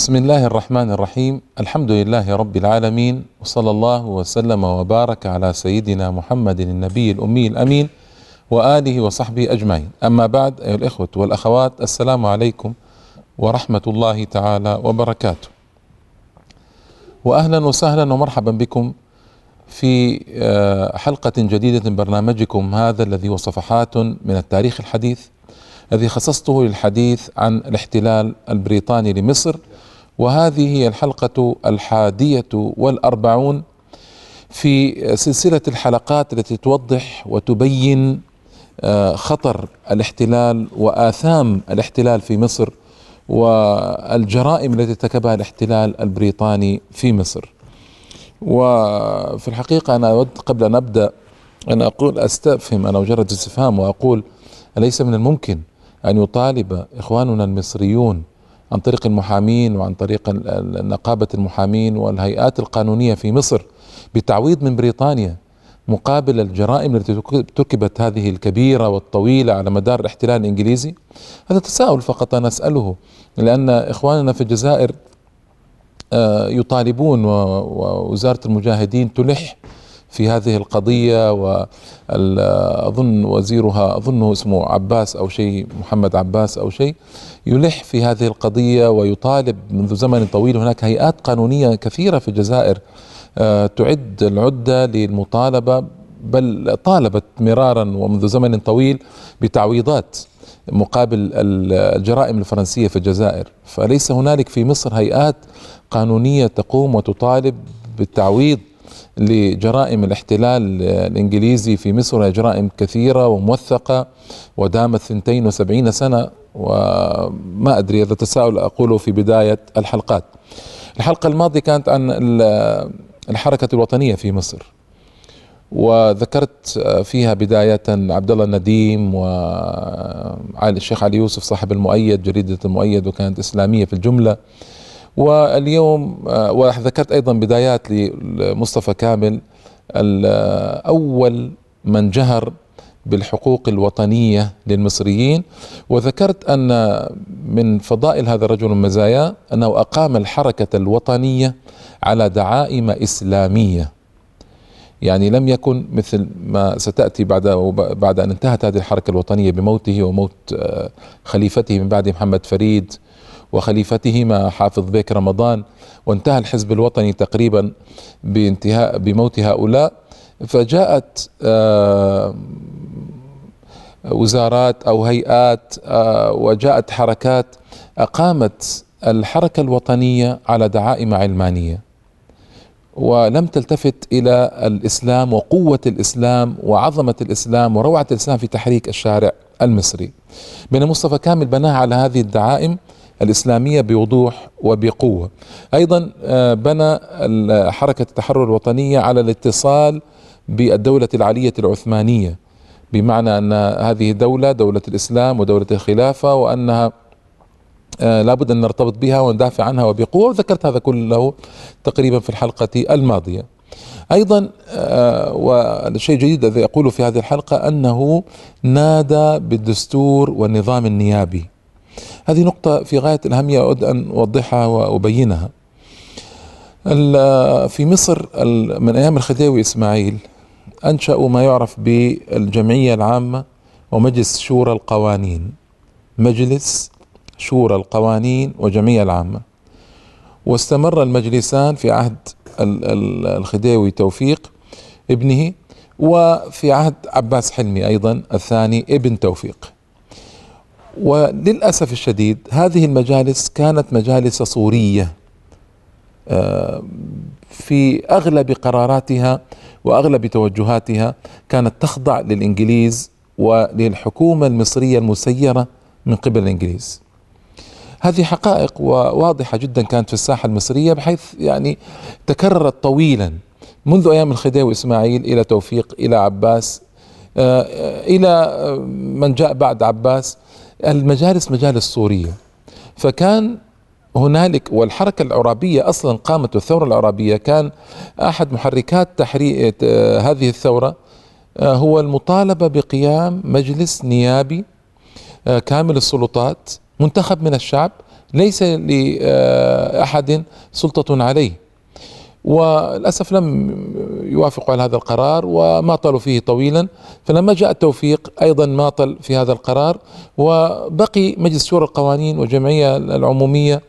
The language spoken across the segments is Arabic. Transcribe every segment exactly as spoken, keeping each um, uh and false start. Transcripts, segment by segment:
بسم الله الرحمن الرحيم. الحمد لله رب العالمين، وصلى الله وسلم وبارك على سيدنا محمد النبي الأمي الأمين وآله وصحبه أجمعين. أما بعد، أيها الإخوة والأخوات، السلام عليكم ورحمة الله تعالى وبركاته، وأهلا وسهلا ومرحبا بكم في حلقة جديدة من برنامجكم هذا الذي هو صفحات من التاريخ الحديث، الذي خصصته للحديث عن الاحتلال البريطاني لمصر. وهذه هي الحلقة الحادية والأربعون في سلسلة الحلقات التي توضح وتبين خطر الاحتلال وآثام الاحتلال في مصر والجرائم التي ارتكبها الاحتلال البريطاني في مصر. وفي الحقيقة أنا أود قبل أن أبدأ أن أقول أستفهم، أنا مجرد استفهام، وأقول أليس من الممكن أن يطالب إخواننا المصريون عن طريق المحامين وعن طريق نقابة المحامين والهيئات القانونية في مصر بتعويض من بريطانيا مقابل الجرائم التي ارتكبت هذه الكبيرة والطويلة على مدار الاحتلال الإنجليزي؟ هذا تساؤل فقط أنا أسأله، لأن إخواننا في الجزائر يطالبون ووزارة المجاهدين تلح في هذه القضية، وأظن وزيرها أظنه اسمه عباس أو شيء، محمد عباس أو شيء، يلح في هذه القضية ويطالب منذ زمن طويل. هناك هيئات قانونية كثيرة في الجزائر تعد العدة للمطالبة، بل طالبت مرارا ومنذ زمن طويل بتعويضات مقابل الجرائم الفرنسية في الجزائر. فليس هنالك في مصر هيئات قانونية تقوم وتطالب بالتعويض لجرائم الاحتلال الإنجليزي في مصر؟ هي جرائم كثيرة وموثقة ودامت اثنتين وسبعين سنة، وما أدري، هذا تساؤل أقوله في بداية الحلقات. الحلقة الماضية كانت عن الحركة الوطنية في مصر، وذكرت فيها بداية عبد الله النديم والشيخ علي يوسف صاحب المؤيد، جريدة المؤيد، وكانت إسلامية في الجملة. واليوم وذكرت أيضا بدايات لمصطفى كامل، أول من جهر بالحقوق الوطنية للمصريين. وذكرت أن من فضائل هذا الرجل مزاياه أنه أقام الحركة الوطنية على دعائم إسلامية، يعني لم يكن مثل ما ستأتي بعد بعد أن انتهت هذه الحركة الوطنية بموته وموت خليفته من بعد محمد فريد وخليفته مع حافظ بيك رمضان، وانتهى الحزب الوطني تقريبا بانتهاء بموت هؤلاء. فجاءت وزارات أو هيئات وجاءت حركات أقامت الحركة الوطنية على دعائم علمانية، ولم تلتفت إلى الإسلام وقوة الإسلام وعظمة الإسلام وروعة الإسلام في تحريك الشارع المصري. بين مصطفى كامل بناها على هذه الدعائم الإسلامية بوضوح وبقوة. أيضا بنى حركة التحرر الوطنية على الاتصال بالدولة العلية العثمانية، بمعنى أن هذه دولة دولة الإسلام ودولة الخلافة، وأنها لابد أن نرتبط بها وندافع عنها وبقوة، وذكرت هذا كله تقريبا في الحلقة الماضية. أيضا والشيء الجديد الذي أقوله في هذه الحلقة أنه نادى بالدستور والنظام النيابي. هذه نقطة في غاية الأهمية، أود أن أوضحها وأبينها. في مصر من أيام الخديوي إسماعيل أنشأوا ما يعرف بالجمعية العامة ومجلس شورى القوانين، مجلس شورى القوانين وجمعية العامة، واستمر المجلسان في عهد الخديوي توفيق ابنه، وفي عهد عباس حلمي أيضا الثاني ابن توفيق. وللأسف الشديد هذه المجالس كانت مجالس صورية في أغلب قراراتها وأغلب توجهاتها، كانت تخضع للإنجليز وللحكومة المصرية المسيرة من قبل الإنجليز. هذه حقائق واضحة جدا كانت في الساحة المصرية، بحيث يعني تكررت طويلا منذ أيام الخديوي إسماعيل إلى توفيق إلى عباس إلى من جاء بعد عباس. المجالس مجالس صورية. فكان هنالك، والحركة العرابية أصلا قامت، الثورة العرابية كان أحد محركات تحريك هذه الثورة هو المطالبة بقيام مجلس نيابي كامل السلطات منتخب من الشعب ليس لأحد سلطة عليه. وللأسف لم يوافقوا على هذا القرار وماطلوا فيه طويلا، فلما جاء التوفيق أيضا ماطل في هذا القرار، وبقي مجلس شورى القوانين والجمعية العمومية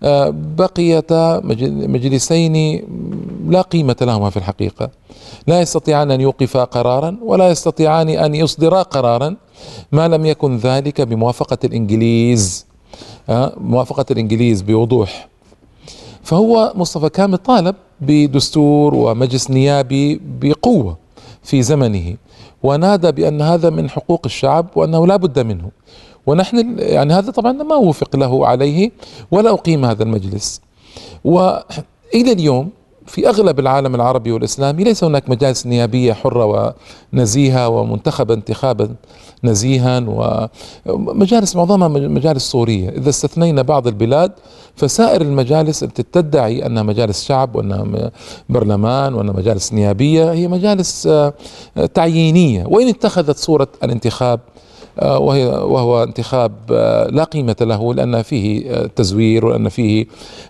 بقيتا مجلسين لا قيمة لهما في الحقيقة، لا يستطيعان أن يوقفا قرارا ولا يستطيعان أن يصدرا قرارا ما لم يكن ذلك بموافقة الإنجليز، موافقة الإنجليز بوضوح. فهو مصطفى كامل طالب بدستور ومجلس نيابي بقوة في زمنه، ونادى بأن هذا من حقوق الشعب وأنه لا بد منه، ونحن يعني هذا طبعا ما وفق له عليه ولا أقيم هذا المجلس. وإلى اليوم في أغلب العالم العربي والإسلامي ليس هناك مجالس نيابية حرة ونزيهة ومنتخبة انتخابا نزيها، ومجالس معظمها مجالس صورية، إذا استثنينا بعض البلاد فسائر المجالس التي تدعي أنها مجالس شعب وأنها برلمان وأنها مجالس نيابية هي مجالس تعيينية، وإن اتخذت صورة الانتخاب وهي وهو انتخاب لا قيمة له، لأن فيه تزوير وأن فيه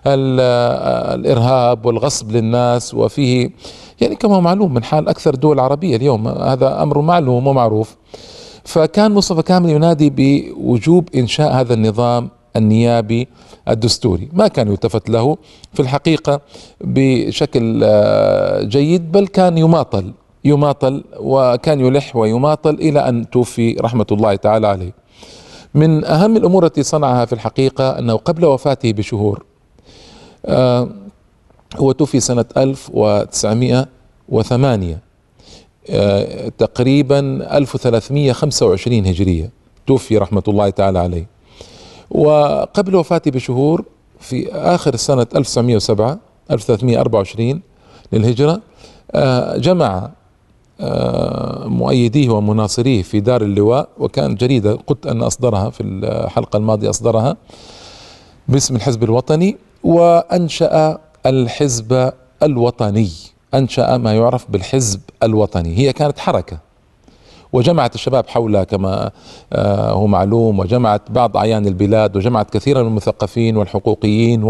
الإرهاب والغصب للناس، وفيه يعني كما هو معلوم من حال أكثر الدول العربية اليوم، هذا أمر معلوم ومعروف. فكان مصطفى كامل ينادي بوجوب إنشاء هذا النظام النيابي الدستوري، ما كان يلتفت له في الحقيقة بشكل جيد، بل كان يماطل يماطل وكان يلح ويماطل إلى أن توفي رحمة الله تعالى عليه. من أهم الأمور التي صنعها في الحقيقة أنه قبل وفاته بشهور، آه هو توفي سنة ألف وتسعمائة وثمانية، آه تقريبا ألف وثلاثمائة وخمسة وعشرين هجرية توفي رحمة الله تعالى عليه. وقبل وفاته بشهور في آخر سنة ألف وتسعمائة وسبعة ألف وثلاثمائة وأربعة وعشرين للهجرة، آه جمع مؤيديه ومناصريه في دار اللواء، وكان جريدة قلت أن أصدرها في الحلقة الماضية، أصدرها باسم الحزب الوطني، وأنشأ الحزب الوطني، أنشأ ما يعرف بالحزب الوطني. هي كانت حركة وجمعت الشباب حولها كما هو معلوم، وجمعت بعض أعيان البلاد، وجمعت كثيرا من المثقفين والحقوقيين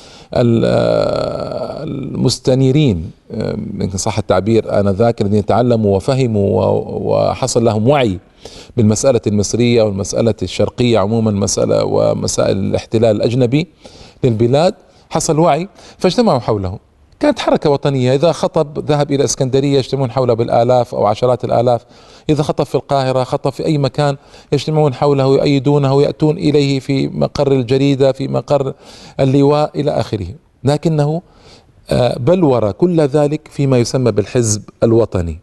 والمستنيرين إن صح التعبير آنذاك، الذين تعلموا وفهموا وحصل لهم وعي بالمسألة المصرية والمسألة الشرقية عموما، مسألة ومسائل الاحتلال الأجنبي للبلاد، حصل وعي فاجتمعوا حوله. كانت حركة وطنية، إذا خطب ذهب إلى اسكندرية يجتمعون حوله بالآلاف أو عشرات الآلاف، إذا خطب في القاهرة، خطب في أي مكان، يجتمعون حوله ويؤيدونه ويأتون إليه في مقر الجريدة، في مقر اللواء إلى آخره. لكنه بلور كل ذلك فيما يسمى بالحزب الوطني.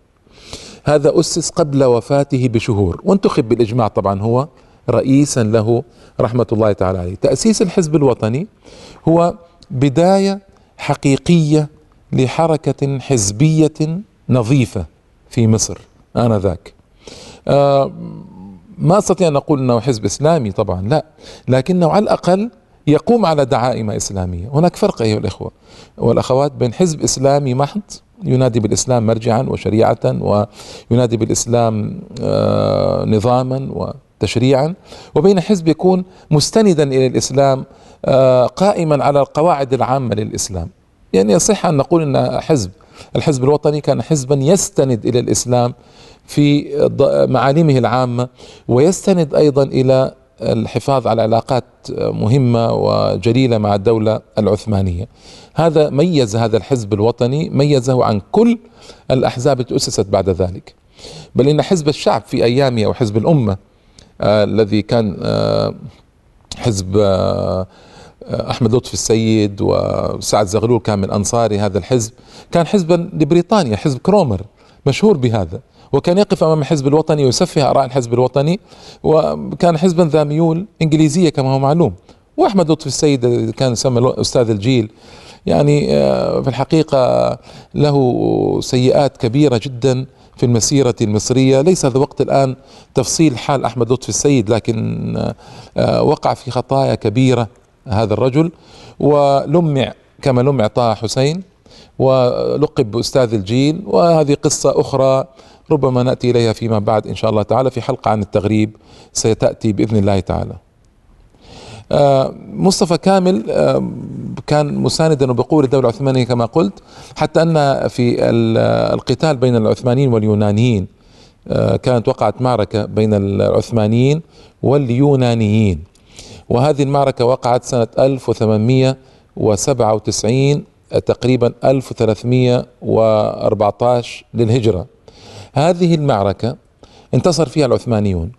هذا أسس قبل وفاته بشهور، وانتخب بالإجماع طبعا هو رئيسا له رحمة الله تعالى عليه. تأسيس الحزب الوطني هو بداية حقيقية لحركة حزبية نظيفة في مصر آنذاك. آه ما أستطيع أن أقول أنه حزب إسلامي طبعا، لا، لكنه على الأقل يقوم على دعائم إسلامية. هناك فرق أيها الإخوة والأخوات بين حزب إسلامي محض ينادي بالإسلام مرجعا وشريعة وينادي بالإسلام آه نظاما وتشريعا، وبين حزب يكون مستندا إلى الإسلام آه قائما على القواعد العامة للإسلام. يعني يصح أن نقول أن حزب الحزب الوطني كان حزبا يستند إلى الإسلام في معالمه العامة، ويستند أيضا إلى الحفاظ على علاقات مهمة وجليلة مع الدولة العثمانية. هذا ميز هذا الحزب الوطني، ميزه عن كل الأحزاب التي أسست بعد ذلك. بل إن حزب الشعب في أيامه أو حزب الأمة آه الذي كان آه حزب آه أحمد لطفي السيد وسعد زغلول كان من أنصار هذا الحزب، كان حزبا لبريطانيا، حزب كرومر مشهور بهذا، وكان يقف أمام الحزب الوطني ويسفه آراء الحزب الوطني، وكان حزبا ذا ميول إنجليزية كما هو معلوم. وأحمد لطفي السيد كان يسمى أستاذ الجيل، يعني في الحقيقة له سيئات كبيرة جدا في المسيرة المصرية. ليس هذا وقت الآن تفصيل حال أحمد لطفي السيد، لكن وقع في خطايا كبيرة هذا الرجل، ولمع كما لمع طه حسين، ولقب بأستاذ الجيل. وهذه قصة أخرى ربما نأتي إليها فيما بعد إن شاء الله تعالى في حلقة عن التغريب ستأتي بإذن الله تعالى. مصطفى كامل كان مساندا وبقوة للدولة العثمانية كما قلت، حتى أن في القتال بين العثمانيين واليونانيين كانت وقعت معركة بين العثمانيين واليونانيين، وهذه المعركة وقعت سنة ألف وثمانمئة وسبعة وتسعين تقريبا ألف وثلاثمئة وأربعة عشر للهجرة. هذه المعركة انتصر فيها العثمانيون،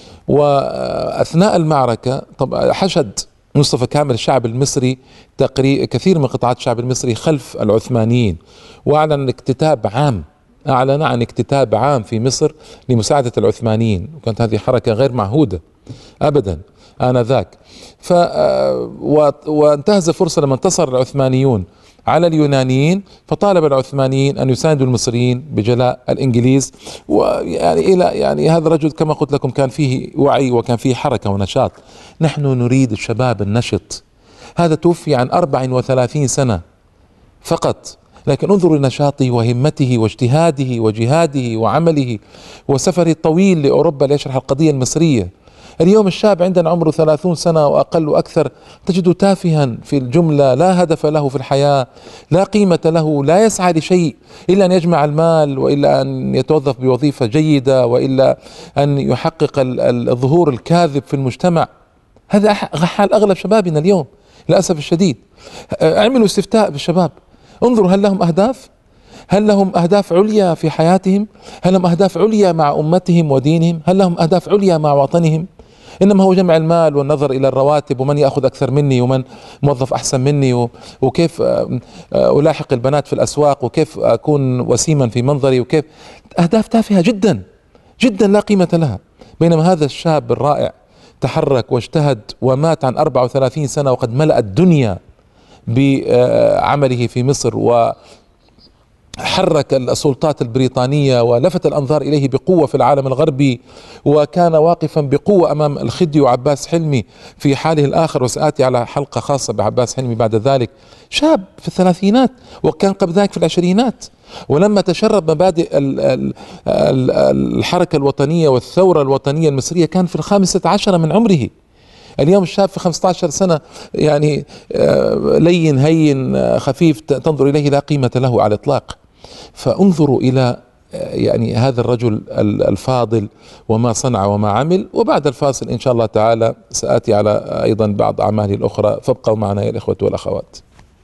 وأثناء المعركة طبعا حشد مصطفى كامل الشعب المصري تقريبا كثير من قطاعات الشعب المصري خلف العثمانيين، وأعلن اكتتاب عام أعلن عن اكتتاب عام في مصر لمساعدة العثمانيين، وكانت هذه حركة غير معهودة أبدا آنذاك. ف وانتهز الفرصة لما انتصر العثمانيون على اليونانيين، فطالب العثمانيين أن يساندوا المصريين بجلاء الإنجليز. ويعني إلى يعني هذا الرجل كما قلت لكم كان فيه وعي وكان فيه حركة ونشاط. نحن نريد الشباب النشط. هذا توفي عن أربع وثلاثين سنة فقط، لكن انظروا لنشاطه وهمته واجتهاده وجهاده وعمله وسفره الطويل لأوروبا ليشرح القضية المصرية. اليوم الشاب عندنا عمره ثلاثون سنة وأقل وأكثر تجده تافها في الجملة، لا هدف له في الحياة، لا قيمة له، لا يسعى لشيء إلا أن يجمع المال، وإلا أن يتوظف بوظيفة جيدة، وإلا أن يحقق الظهور الكاذب في المجتمع. هذا حال أغلب شبابنا اليوم للأسف الشديد. اعملوا استفتاء بالشباب، انظروا هل لهم أهداف؟ هل لهم أهداف عليا في حياتهم؟ هل لهم أهداف عليا مع أمتهم ودينهم؟ هل لهم أهداف عليا مع وطنهم؟ إنما هو جمع المال والنظر إلى الرواتب ومن يأخذ أكثر مني ومن موظف أحسن مني، وكيف ألاحق البنات في الأسواق، وكيف أكون وسيما في منظري، وكيف أهداف تافهة جدا جدا لا قيمة لها. بينما هذا الشاب الرائع تحرك واجتهد ومات عن أربع وثلاثين سنة وقد ملأ الدنيا بعمله في مصر، و حرك السلطات البريطانية ولفت الأنظار إليه بقوة في العالم الغربي، وكان واقفا بقوة أمام الخديوي وعباس حلمي في حاله الآخر، وسآتي على حلقة خاصة بعباس حلمي بعد ذلك. شاب في الثلاثينات وكان قبل ذلك في العشرينات، ولما تشرب مبادئ الحركة الوطنية والثورة الوطنية المصرية كان في الخامسة عشرة من عمره. اليوم الشاب في خمسة عشر سنة يعني لين هين خفيف تنظر إليه لا قيمة له على الإطلاق. فانظروا إلى يعني هذا الرجل الفاضل وما صنع وما عمل. وبعد الفاصل إن شاء الله تعالى سآتي على أيضا بعض أعماله الأخرى، فابقوا معنا يا الإخوة والأخوات.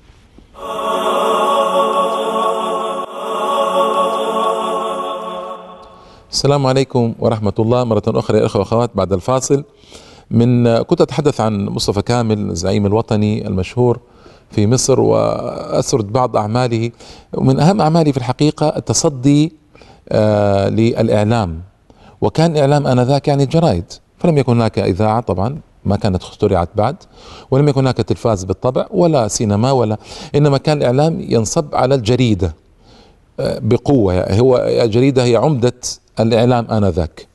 السلام عليكم ورحمة الله مرة أخرى يا الإخوة والأخوات. بعد الفاصل من كنت أتحدث عن مصطفى كامل الزعيم الوطني المشهور في مصر، وأسرد بعض أعماله. ومن أهم أعماله في الحقيقة التصدي آه للإعلام، وكان الإعلام آنذاك يعني الجرائد، فلم يكن هناك إذاعة طبعا، ما كانت اخترعت بعد، ولم يكن هناك تلفاز بالطبع ولا سينما ولا، إنما كان الإعلام ينصب على الجريدة آه بقوة. يعني هو الجريدة هي عمدة الإعلام آنذاك.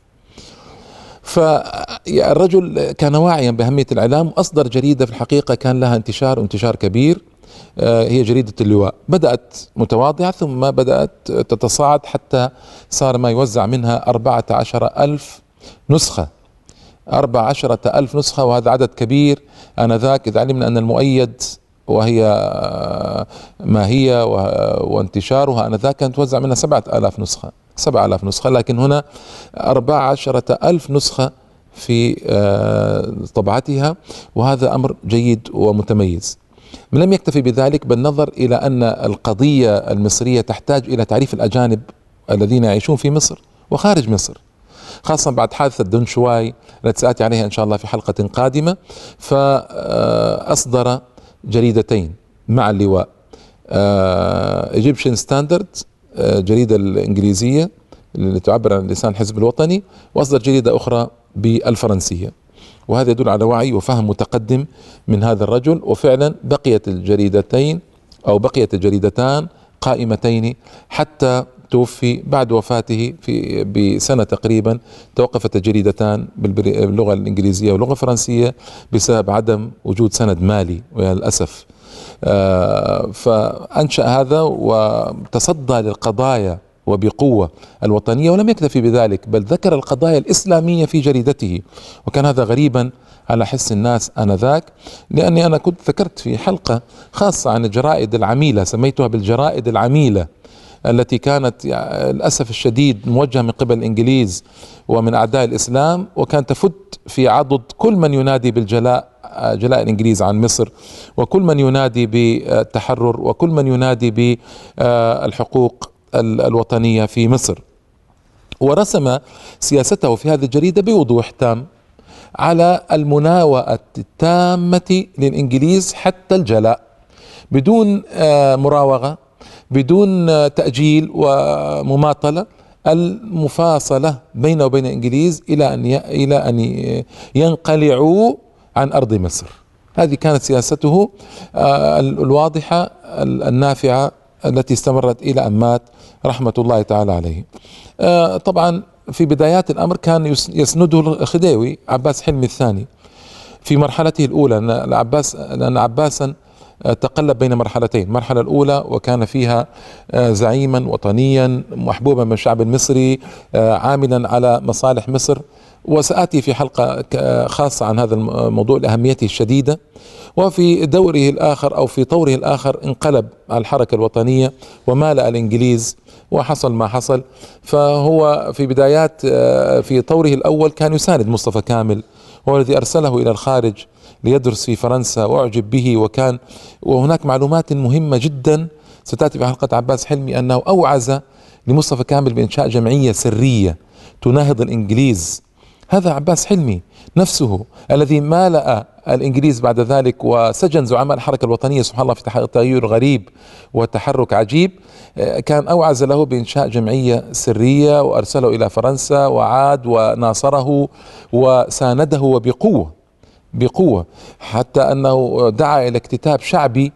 فالرجل كان واعيا بأهمية الإعلام، وأصدر جريدة في الحقيقة كان لها انتشار انتشار كبير، هي جريدة اللواء. بدأت متواضعة ثم بدأت تتصاعد حتى صار ما يوزع منها أربعة عشر ألف نسخة أربعة عشر ألف نسخة، وهذا عدد كبير آنذاك، إذا علمنا أن المؤيد وهي ما هي وانتشارها آنذاك كانت توزع منها سبعة آلاف نسخة سبعة آلاف نسخة، لكن هنا أربعة عشر ألف نسخة في طبعتها، وهذا أمر جيد ومتميز. لم يكتفي بذلك، بل نظر إلى أن القضية المصرية تحتاج إلى تعريف الأجانب الذين يعيشون في مصر وخارج مصر، خاصة بعد حادثة دون شواي التي سآتي عليها إن شاء الله في حلقة قادمة. فأصدر جريدتين مع اللواء، Egyptian Standard جريدة الإنجليزية اللي تعبر عن لسان الحزب الوطني، وأصدر جريدة أخرى بالفرنسية، وهذا يدل على وعي وفهم متقدم من هذا الرجل. وفعلا بقيت الجريدتين أو بقيت الجريدتان قائمتين حتى توفي. بعد وفاته في بسنة تقريبا توقفت الجريدتان باللغة الإنجليزية واللغة الفرنسية بسبب عدم وجود سند مالي للأسف. آه فأنشأ هذا وتصدى للقضايا وبقوة الوطنية، ولم يكتفي بذلك بل ذكر القضايا الإسلامية في جريدته، وكان هذا غريبا على حس الناس آنذاك، لأني أنا كنت ذكرت في حلقة خاصة عن الجرائد العميلة، سميتها بالجرائد العميلة، التي كانت للأسف الشديد موجهة من قبل الإنجليز ومن أعداء الإسلام، وكانت تفت في عضد كل من ينادي بالجلاء، جلاء الإنجليز عن مصر، وكل من ينادي بالتحرر، وكل من ينادي بالحقوق الوطنية في مصر. ورسم سياسته في هذه الجريدة بوضوح تام على المناوئة التامة للإنجليز حتى الجلاء، بدون مراوغة، بدون تأجيل ومماطلة، المفاصلة بينه وبين الإنجليز إلى أن إلى أن ينقلعوا عن أرض مصر. هذه كانت سياسته الواضحة النافعة التي استمرت إلى أن مات رحمة الله تعالى عليه. طبعا في بدايات الأمر كان يسنده الخديوي عباس حلمي الثاني في مرحلته الأولى، لأن عباس لأن عباسا تقلب بين مرحلتين. المرحلة الأولى وكان فيها زعيما وطنيا محبوبا من الشعب المصري، عاملا على مصالح مصر، وسآتي في حلقة خاصة عن هذا الموضوع لأهميته الشديدة. وفي دوره الآخر أو في طوره الآخر انقلب على الحركة الوطنية ومال الإنجليز وحصل ما حصل. فهو في بدايات في طوره الأول كان يساند مصطفى كامل، هو الذي أرسله إلى الخارج ليدرس في فرنسا وأعجب به. وكان وهناك معلومات مهمة جدا ستأتي في حلقة عباس حلمي، أنه أوعز لمصطفى كامل بإنشاء جمعية سرية تناهض الإنجليز. هذا عباس حلمي نفسه الذي مالأ الإنجليز بعد ذلك وسجن زعماء الحركة الوطنية، سبحان الله، في تغير غريب وتحرك عجيب. كان أوعز له بإنشاء جمعية سرية وأرسله إلى فرنسا، وعاد وناصره وسانده وبقوة بقوة، حتى أنه دعا إلى اكتتاب شعبي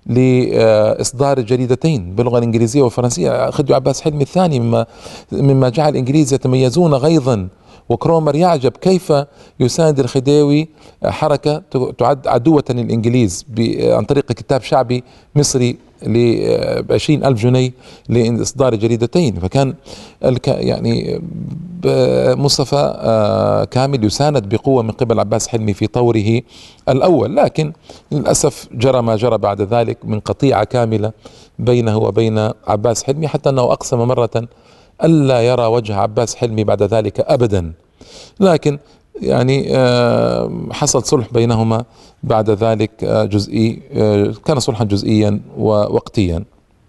لإصدار الجريدتين باللغة الإنجليزية والفرنسية. خديو عباس حلمي الثاني مما مما جعل الإنجليز يتميزون غيظا، وكرومر يعجب كيف يساند الخديوي حركة تعد عدوة للإنجليز عن طريق كتاب شعبي مصري لعشرين ألف جنيه لإصدار جريدتين. فكان يعني مصطفى كامل يساند بقوة من قبل عباس حلمي في طوره الأول، لكن للأسف جرى ما جرى بعد ذلك من قطيعة كاملة بينه وبين عباس حلمي، حتى أنه أقسم مرة ألا يرى وجه عباس حلمي بعد ذلك أبدا. لكن يعني حصل صلح بينهما بعد ذلك جزئي، كان صلحا جزئيا ووقتيا.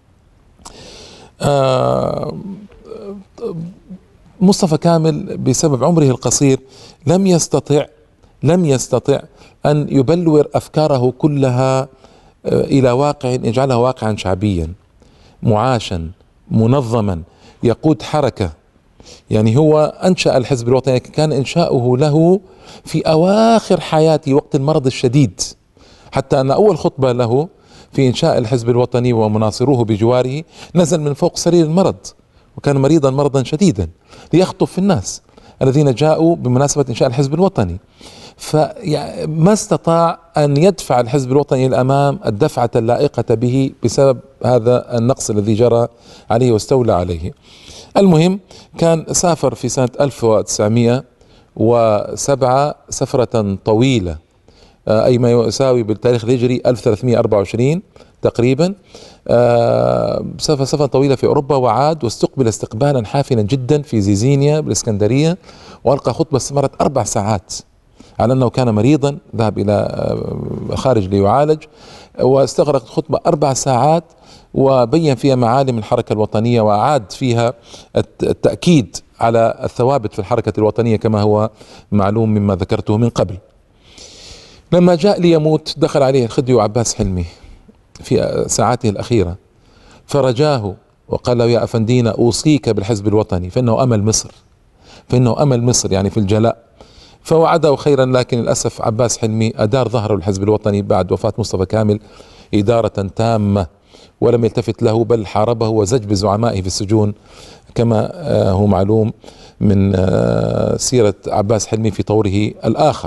مصطفى كامل بسبب عمره القصير لم يستطع لم يستطع أن يبلور أفكاره كلها إلى واقع يجعلها واقعا شعبيا معاشا منظما يقود حركة. يعني هو أنشأ الحزب الوطني، كان إنشاؤه له في أواخر حياته وقت المرض الشديد، حتى أن أول خطبة له في إنشاء الحزب الوطني ومناصروه بجواره نزل من فوق سرير المرض، وكان مريضا مرضا شديدا، ليخطب في الناس الذين جاءوا بمناسبة إنشاء الحزب الوطني. فما استطاع أن يدفع الحزب الوطني الأمام الدفعة اللائقة به بسبب هذا النقص الذي جرى عليه واستولى عليه. المهم كان سافر في سنة ألف وتسعمائة وسبعة سفرة طويلة، أي ما يساوي بالتاريخ الهجري ألف وثلاثمائة وأربعة وعشرين تقريبا، سافر سفرة طويلة في أوروبا، وعاد واستقبل استقبالا حافلا جدا في زيزينيا بالإسكندرية، وألقى خطبة استمرت أربع ساعات على أنه كان مريضا ذهب إلى خارج ليعالج، واستغرقت خطبة أربع ساعات وبين فيها معالم الحركة الوطنية، وأعاد فيها التأكيد على الثوابت في الحركة الوطنية كما هو معلوم مما ذكرته من قبل. لما جاء ليموت دخل عليه الخديوي عباس حلمي في ساعاته الأخيرة فرجاه وقال له: يا أفندينا، أوصيك بالحزب الوطني فإنه أمل مصر، فإنه أمل مصر يعني في الجلاء. فوعده خيرا، لكن للأسف عباس حلمي أدار ظهره الحزب الوطني بعد وفاة مصطفى كامل إدارة تامة، ولم يلتفت له، بل حاربه وزج بزعمائه في السجون، كما هو معلوم من سيرة عباس حلمي في طوره الآخر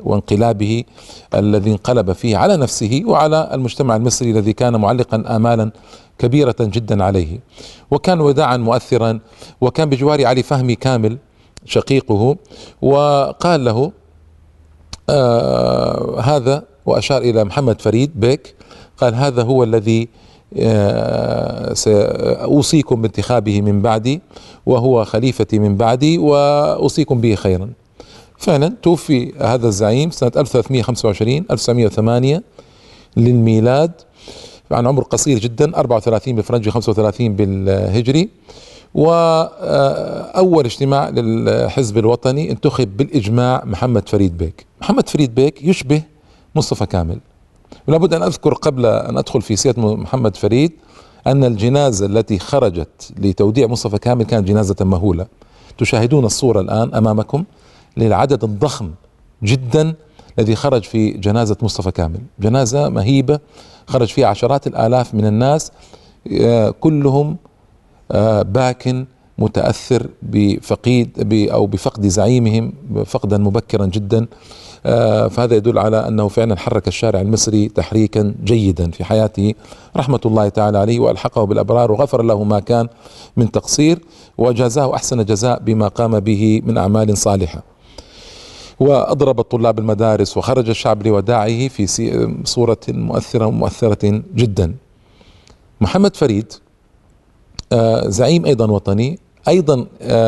وانقلابه الذي انقلب فيه على نفسه وعلى المجتمع المصري الذي كان معلقا آمالا كبيرة جدا عليه، وكان وداعا مؤثرا. وكان بجوار علي فهمي كامل شقيقه، وقال له آه هذا، وأشار إلى محمد فريد بيك، قال هذا هو الذي آه سأوصيكم بانتخابه من بعدي، وهو خليفتي من بعدي، وأوصيكم به خيرا. فعلا توفي هذا الزعيم سنة ألف وثلاثمئة وخمسة وعشرين ألف وتسعمئة وثمانية للميلاد، عن عمر قصير جدا، أربعة وثلاثين بالفرنجي خمسة وثلاثين بالهجري. وأول اجتماع للحزب الوطني انتخب بالإجماع محمد فريد بيك. محمد فريد بيك يشبه مصطفى كامل. ولا بد أن أذكر قبل أن أدخل في سيرة محمد فريد أن الجنازة التي خرجت لتوديع مصطفى كامل كانت جنازة مهولة. تشاهدون الصورة الآن أمامكم للعدد الضخم جدا الذي خرج في جنازة مصطفى كامل، جنازة مهيبة خرج فيها عشرات الآلاف من الناس، كلهم باك متأثر بفقيد أو بفقد زعيمهم فقدا مبكرا جدا. فهذا يدل على أنه فعلا حرك الشارع المصري تحريكا جيدا في حياته رحمة الله تعالى عليه، وألحقه بالأبرار وغفر له ما كان من تقصير، وجازاه أحسن جزاء بما قام به من أعمال صالحة. وأضرب الطلاب المدارس، وخرج الشعب لوداعه في صورة مؤثرة ومؤثرة جدا. محمد فريد زعيم أيضا وطني، أيضا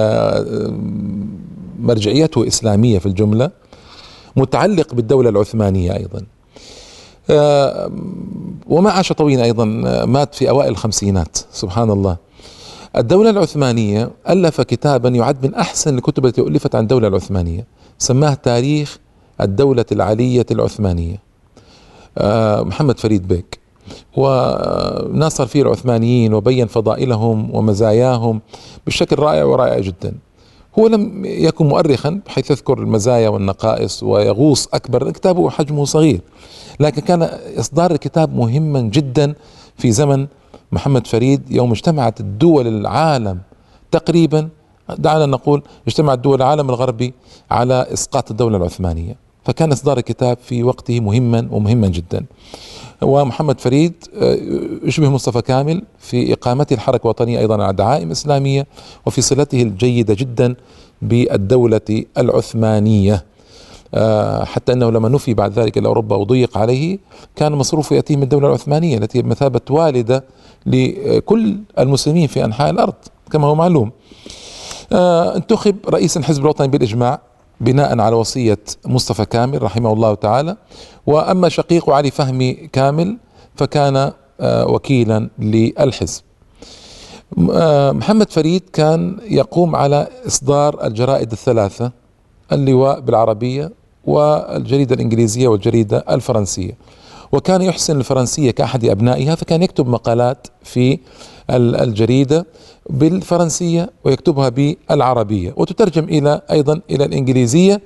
مرجعيته إسلامية في الجملة، متعلق بالدولة العثمانية أيضا، وما عاش طويلا، أيضا مات في أوائل الخمسينات سبحان الله. الدولة العثمانية ألف كتابا يعد من أحسن الكتب التي ألفت عن الدولة العثمانية، سماه تاريخ الدولة العلية العثمانية، محمد فريد بيك، وناصر فيه العثمانيين وبين فضائلهم ومزاياهم بشكل رائع ورائع جدا. هو لم يكن مؤرخا بحيث يذكر المزايا والنقائص ويغوص أكبر، كتابه حجمه صغير، لكن كان إصدار الكتاب مهما جدا في زمن محمد فريد، يوم اجتمعت الدول العالم تقريبا، دعنا نقول اجتمعت دول العالم الغربي على إسقاط الدولة العثمانية، فكان إصدار الكتاب في وقته مهما ومهما جدا. ومحمد فريد يشبه مصطفى كامل في إقامته الحركة الوطنية أيضا على دعائم إسلامية، وفي صلته الجيدة جدا بالدولة العثمانية، حتى أنه لما نفي بعد ذلك إلى أوروبا وضيق عليه كان مصروفه يأتيه من الدولة العثمانية التي بمثابة والدة لكل المسلمين في أنحاء الأرض كما هو معلوم. انتخب رئيس الحزب الوطني بالإجماع بناء على وصية مصطفى كامل رحمه الله تعالى. وأما شقيقه علي فهمي كامل فكان وكيلا للحزب. محمد فريد كان يقوم على إصدار الجرائد الثلاثة، اللواء بالعربية والجريدة الإنجليزية والجريدة الفرنسية، وكان يحسن الفرنسية كأحد أبنائها، فكان يكتب مقالات في الجريدة بالفرنسية ويكتبها بالعربية وتترجم إلى أيضا إلى الإنجليزية،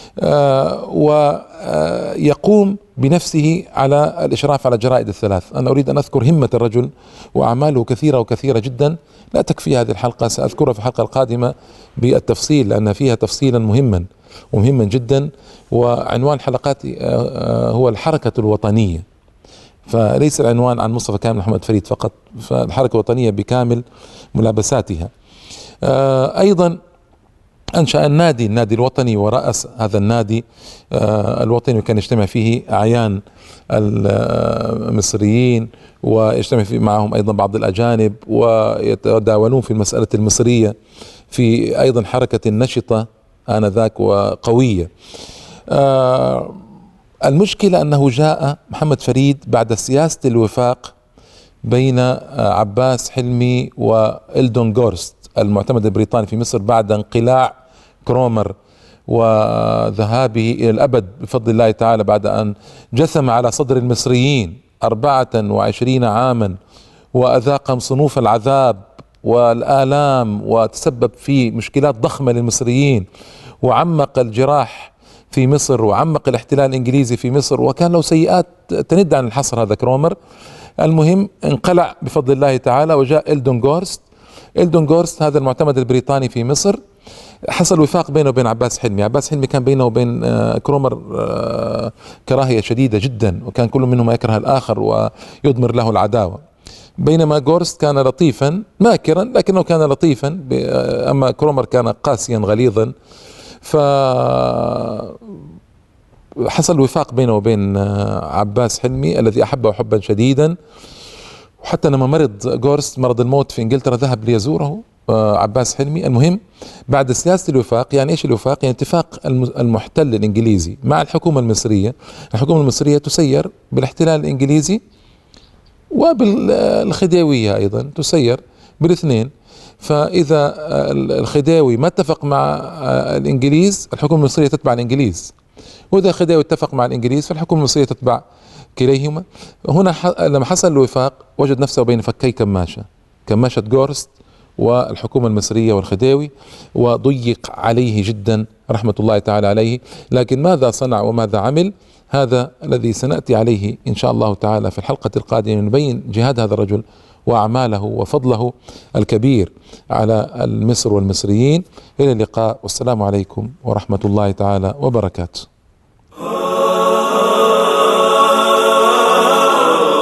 ويقوم بنفسه على الإشراف على الجرائد الثلاث. أنا أريد أن أذكر همة الرجل وأعماله كثيرة وكثيرة جدا، لا تكفي هذه الحلقة، سأذكرها في الحلقة القادمة بالتفصيل لأن فيها تفصيلا مهما ومهما جدا. وعنوان حلقاتي هو الحركة الوطنية، فليس العنوان عن مصطفى كامل محمد فريد فقط، فالحركة الوطنية بكامل ملابساتها. أيضا أنشأ النادي النادي الوطني، ورأس هذا النادي الوطني وكان يجتمع فيه أعيان المصريين، ويجتمع فيه معهم أيضا بعض الأجانب، ويتداولون في المسألة المصرية، في أيضا حركة نشطة آنذاك وقوية. المشكلة أنه جاء محمد فريد بعد سياسة الوفاق بين عباس حلمي وإلدون غورست المعتمد البريطاني في مصر بعد انقلاع كرومر وذهابه إلى الأبد بفضل الله تعالى، بعد أن جثم على صدر المصريين أربعة وعشرين عاما وأذاقهم صنوف العذاب والآلام، وتسبب في مشكلات ضخمة للمصريين، وعمق الجراح في مصر، وعمق الاحتلال الإنجليزي في مصر، وكان له سيئات تند عن الحصر هذا كرومر. المهم انقلع بفضل الله تعالى، وجاء إلدون غورست. إلدون غورست هذا المعتمد البريطاني في مصر حصل وفاق بينه وبين عباس حلمي. عباس حلمي كان بينه وبين كرومر كراهية شديدة جدا، وكان كل منهما يكره الآخر ويضمر له العداوة، بينما غورست كان لطيفا ماكرا لكنه كان لطيفا، أما كرومر كان قاسيا غليظا. ف حصل وفاق بينه وبين عباس حلمي الذي أحبه حبا شديدا، وحتى لما مرض غورست مرض الموت في إنجلترا ذهب ليزوره عباس حلمي. المهم بعد سياسة الوفاق، يعني ايش الوفاق؟ يعني اتفاق المحتل الانجليزي مع الحكومة المصرية. الحكومة المصرية تسير بالاحتلال الانجليزي وبالخديوية ايضا تسير بالاثنين. فاذا الخديوي ما اتفق مع الانجليز الحكومة المصرية تتبع الانجليز، واذا الخديوي اتفق مع الانجليز فالحكومة المصرية تتبع كليهما. هنا لما حصل الوفاق وجد نفسه بين فكي كماشة، كماشة غورست والحكومة المصرية والخديوي، وضيق عليه جدا رحمة الله تعالى عليه. لكن ماذا صنع وماذا عمل؟ هذا الذي سنأتي عليه إن شاء الله تعالى في الحلقة القادمة، نبين جهاد هذا الرجل وأعماله وفضله الكبير على مصر والمصريين. إلى اللقاء، والسلام عليكم ورحمة الله تعالى وبركاته.